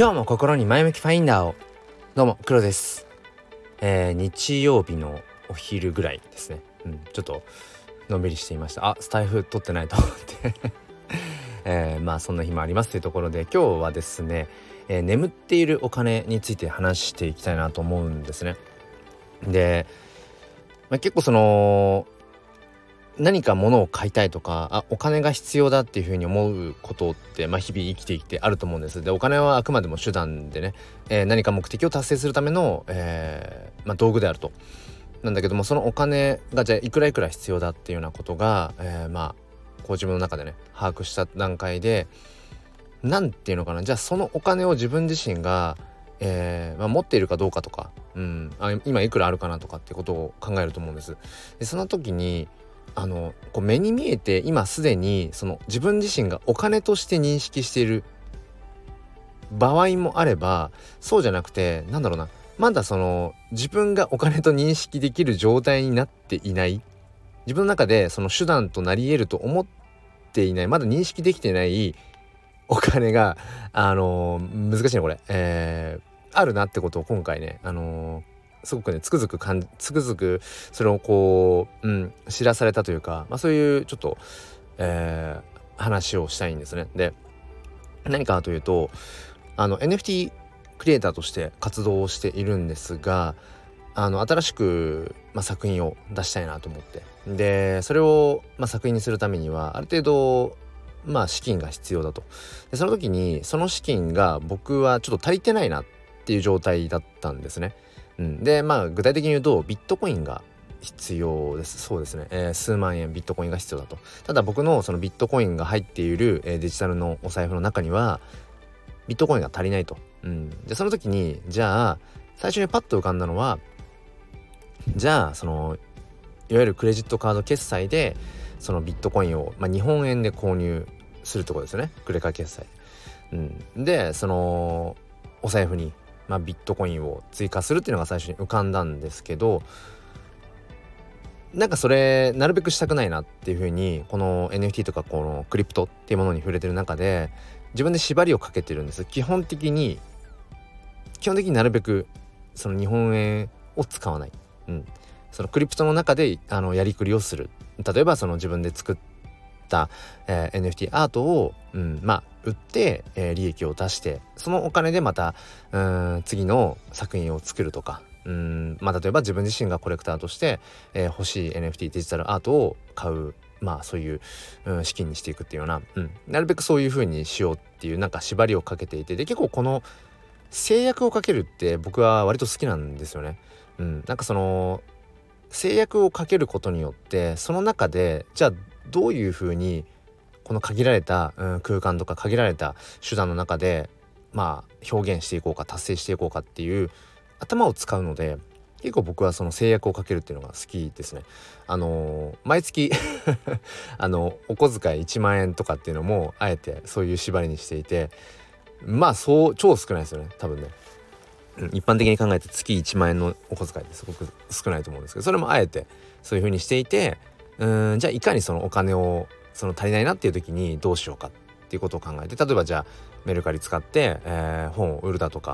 今日も心に前向きファインダーを。どうも黒です。日曜日のお昼ぐらいですね。ちょっとのんびりしていました。スタイフ撮ってないと思ってそんな日もありますというところで、今日はですね、眠っているお金について話していきたいなと思うんですね。で、結構何か物を買いたいとかお金が必要だっていうふうに思うことって、日々生きてきてあると思うんです。で、お金はあくまでも手段でね、何か目的を達成するための、道具であると。なんだけども、そのお金がじゃあいくらいくら必要だっていうようなことが、自分の中でね把握した段階で、なんていうのかな、じゃあそのお金を自分自身が、持っているかどうかとか、今いくらあるかなとかっていうことを考えると思うんです。で、その時に目に見えて今すでにその自分自身がお金として認識している場合もあれば、そうじゃなくてまだ自分がお金と認識できる状態になっていない、自分の中でその手段となり得ると思っていない、まだ認識できていないお金が難しいねこれ、あるなってことを今回ねすごくねつくづくそれを知らされたというか、そういうちょっと、話をしたいんですね。で、何かというとNFT クリエイターとして活動をしているんですが、新しく、作品を出したいなと思って、でそれを、作品にするためにはある程度資金が必要だと。で、その時にその資金が僕はちょっと足りてないなっていう状態だったんですね。で、具体的に言うとビットコインが必要です。そうですね、数万円ビットコインが必要だと。ただ僕のそのビットコインが入っている、デジタルのお財布の中にはビットコインが足りないと。で、その時にじゃあ最初にパッと浮かんだのは、じゃあいわゆるクレジットカード決済でそのビットコインを、日本円で購入するところですよね。クレカ決済、でそのお財布にビットコインを追加するっていうのが最初に浮かんだんですけど、それなるべくしたくないなっていう風に、この NFT とかこのクリプトっていうものに触れてる中で自分で縛りをかけてるんです。基本的になるべくその日本円を使わない、そのクリプトの中でやりくりをする。例えばその自分で作った、NFT アートを、売って、利益を出して、そのお金でまた次の作品を作るとか、例えば自分自身がコレクターとして、欲しい NFT デジタルアートを買う、そういう、資金にしていくっていうような、なるべくそういう風にしようっていう縛りをかけていて、で結構この制約をかけるって僕は割と好きなんですよね。その制約をかけることによって、その中でじゃあどういう風にこの限られた、空間とか限られた手段の中で表現していこうか、達成していこうかっていう頭を使うので、結構僕はその制約をかけるっていうのが好きですね。毎月お小遣い1万円とかっていうのもあえてそういう縛りにしていて、そう超少ないですよね多分ね。一般的に考えて月1万円のお小遣いってすごく少ないと思うんですけど、それもあえてそういう風にしていて、じゃあいかにそのお金を足りないなっていう時にどうしようかっていうことを考えて、例えばじゃあメルカリ使って、本を売るだとか、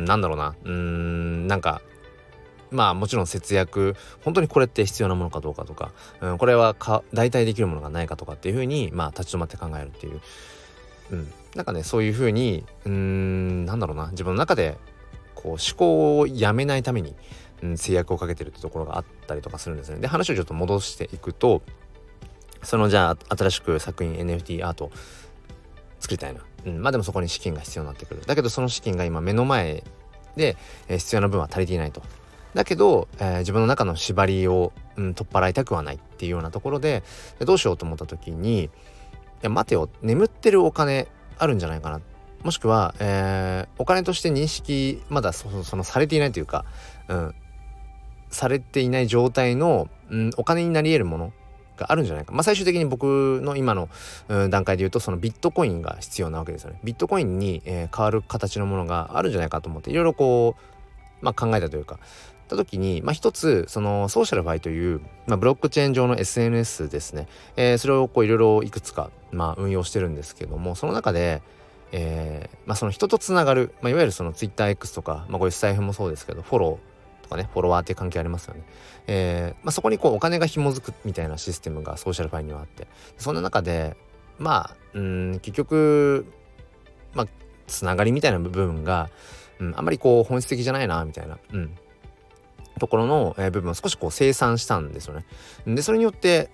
もちろん節約、本当にこれって必要なものかどうかとか、これは代替できるものがないかとかっていう風に立ち止まって考えるっていう、そういう風に自分の中で思考をやめないために、制約をかけてるってところがあったりとかするんですね。で、話をちょっと戻していくと、じゃあ新しく作品 NFT アート作りたいな、でもそこに資金が必要になってくる。だけどその資金が今目の前で、必要な分は足りていないと。だけど、自分の中の縛りを、取っ払いたくはないっていうようなところで、どうしようと思った時に、待てよ、眠ってるお金あるんじゃないかな、もしくは、お金として認識まだされていないというか、されていない状態の、お金になり得るものがあるんじゃないか。最終的に僕の今の、段階で言うとそのビットコインが必要なわけですよね。ビットコインに、変わる形のものがあるんじゃないかと思っていろいろ考えたというか、た時に、一つそのソーシャルファイという、ブロックチェーン上の SNS ですね、それをいろいろいくつか運用してるんですけども、その中でその人とつながる、いわゆるその TwitterX とか、こういうスタイフもそうですけど、フォローとかね、フォロワーっていう関係ありますよね。そこにこうお金が紐づくみたいなシステムがソーシャルファイにはあって、そんな中で結局つながりみたいな部分が、あんまりこう本質的じゃないなみたいな、ところの、部分を少しこう清算したんですよね。でそれによって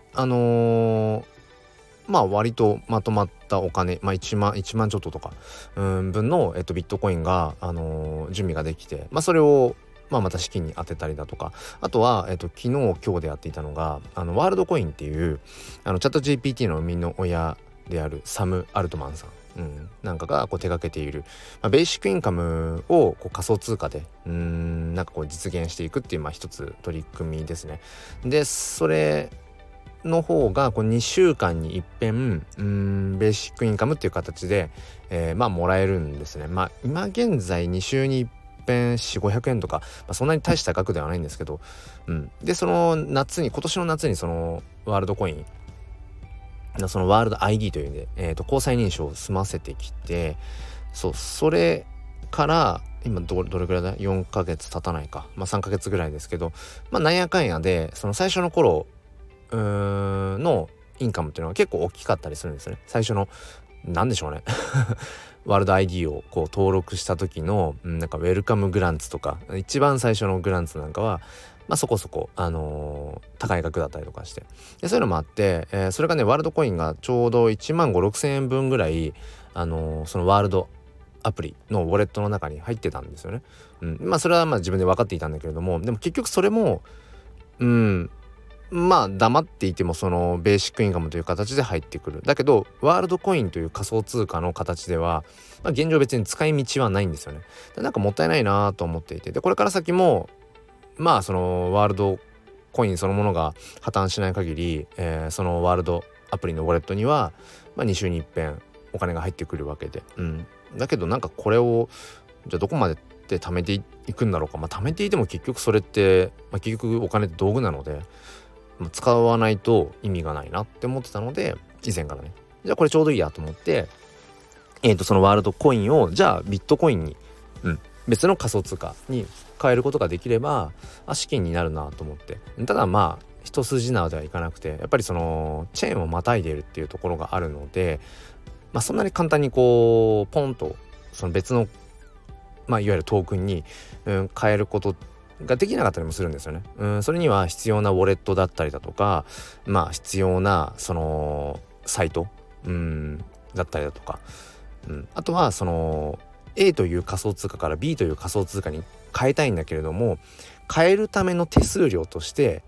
割とまとまったお金、1万ちょっととか分の、ビットコインが、準備ができて、それをまた資金に当てたりだとか、あとは、昨日今日でやっていたのがワールドコインっていうチャット GPT の生みの親であるサム・アルトマンさん、なんかがこう手掛けている、ベーシックインカムをこう仮想通貨で実現していくっていう一つ取り組みですね。でそれの方がこう2週間に一遍ベーシックインカムっていう形で、もらえるんですね。今現在2週に一遍400-500円とか、そんなに大した額ではないんですけど、でその今年の夏にそのワールドコインそのワールド ID というんで、交際認証を済ませてきて、それから今どれぐらいだ4ヶ月経たないか、3ヶ月ぐらいですけど、なんやかんやでその最初の頃のインカムっていうのは結構大きかったりするんですよね。最初のなんでしょうねワールド ID をこう登録した時の、なんかウェルカムグランツとか一番最初のグランツなんかはそこそこ、高い額だったりとかして、でそういうのもあって、それがねワールドコインがちょうど1万5,000-6,000円分ぐらい、そのワールドアプリのウォレットの中に入ってたんですよね。それは自分で分かっていたんだけれども、でも結局それも黙っていてもそのベーシックインカムという形で入ってくる。だけどワールドコインという仮想通貨の形では、現状別に使い道はないんですよね。なんかもったいないなと思っていて、でこれから先もそのワールドコインそのものが破綻しない限り、そのワールドアプリのウォレットには、2週に一遍お金が入ってくるわけで、だけどなんかこれをじゃあどこまでって貯めていくんだろうか。貯めていても結局それって、結局お金って道具なので、使わないと意味がないなって思ってたので、以前からねじゃあこれちょうどいいやと思って、そのワールドコインをじゃあビットコインに、別の仮想通貨に変えることができれば資金になるなと思って、ただ一筋縄ではいかなくて、やっぱりそのチェーンをまたいでいるっていうところがあるので、そんなに簡単にこうポンとその別のいわゆるトークンに、変えることができなかったりもするんですよね。それには必要なウォレットだったりだとか、必要なそのサイトだったりだとか、あとはその A という仮想通貨から B という仮想通貨に変えたいんだけれども、変えるための手数料として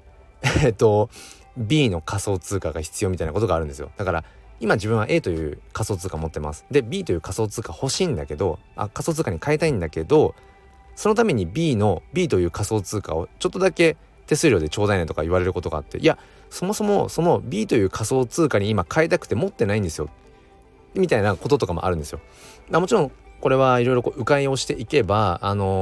B の仮想通貨が必要みたいなことがあるんですよ。だから今自分は A という仮想通貨持ってます。で B という仮想通貨欲しいんだけど、仮想通貨に変えたいんだけど、そのために B という仮想通貨をちょっとだけ手数料でちょうだいねとか言われることがあって、いやそもそもその B という仮想通貨に今変えたくて持ってないんですよみたいなこととかもあるんですよ。もちろんこれはいろいろ迂回をしていけば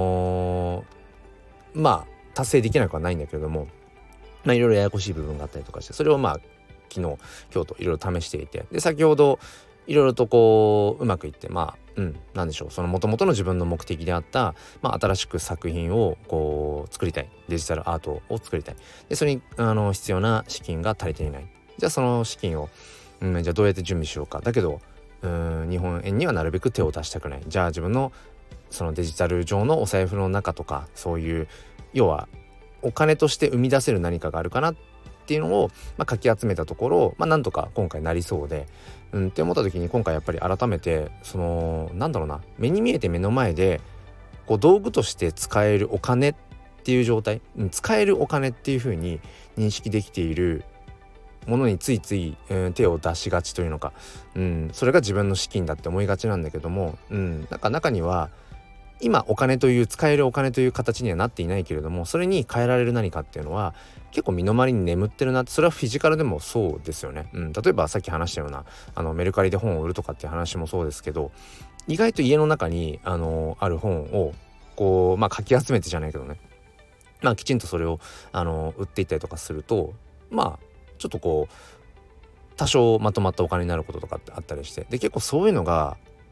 達成できなくはないんだけれども、いろいろややこしい部分があったりとかして、それを昨日今日といろいろ試していて、で先ほどいろいろとこううまくいって、なんでしょう、その元々の自分の目的であった、新しく作品をこう作りたい、デジタルアートを作りたい、でそれに必要な資金が足りていない、じゃあその資金を、じゃあどうやって準備しようか、だけど日本円にはなるべく手を出したくない、じゃあ自分のそのデジタル上のお財布の中とか、そういう要はお金として生み出せる何かがあるかなっていうのを、かき集めたところ、なんとか今回なりそうで、って思った時に今回やっぱり改めてその目に見えて目の前でこう道具として使えるお金っていう状態、使えるお金っていう風に認識できているものについつい、手を出しがちというのか、それが自分の資金だって思いがちなんだけども、中には今お金という使えるお金という形にはなっていないけれども、それに変えられる何かっていうのは結構身の回りに眠ってるなって。それはフィジカルでもそうですよね。例えばさっき話したようなメルカリで本を売るとかっていう話もそうですけど、意外と家の中にある本をこうかき集めてじゃないけどね、きちんとそれを売っていったりとかすると、ちょっとこう多少まとまったお金になることとかってあったりして、で結構そういうのが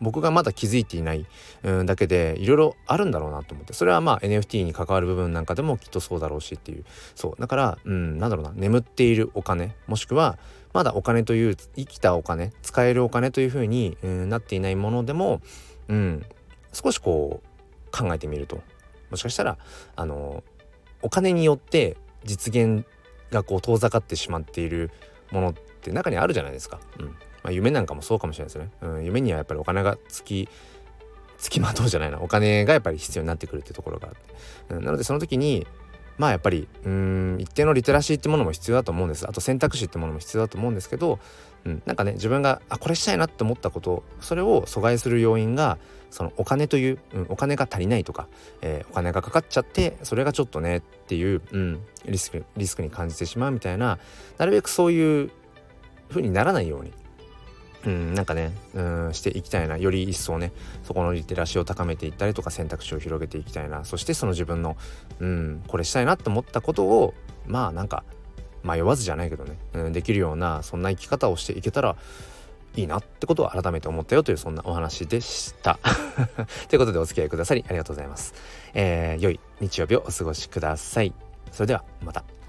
僕がまだ気づいていない、だけでいろいろあるんだろうなと思って、それはまあ NFT に関わる部分なんかでもきっとそうだろうしっていう、そうだから、なんだろうな、眠っているお金、もしくはまだお金という生きたお金、使えるお金という風に、なっていないものでも、少しこう考えてみると、もしかしたらお金によって実現がこう遠ざかってしまっているものって中にあるじゃないですか。夢なんかもそうかもしれないですね。夢にはやっぱりお金がつきまとうじゃないな、お金がやっぱり必要になってくるっていうところがあって、なのでその時にまあやっぱり一定のリテラシーってものも必要だと思うんです。あと選択肢ってものも必要だと思うんですけど、なんかね、自分がこれしたいなって思ったこと、それを阻害する要因がそのお金という、お金が足りないとか、お金がかかっちゃってそれがちょっとねっていう、リスクに感じてしまうみたいな、なるべくそういう風にならないようになんかね、していきたいな。より一層ね、そこのリテラシーを高めていったりとか、選択肢を広げていきたいな。そしてその自分のこれしたいなって思ったことをまあなんか迷わずじゃないけどね、できるような、そんな生き方をしていけたらいいなってことを改めて思ったよという、そんなお話でしたということで、お付き合いくださりありがとうございます。良い日曜日をお過ごしください。それではまた。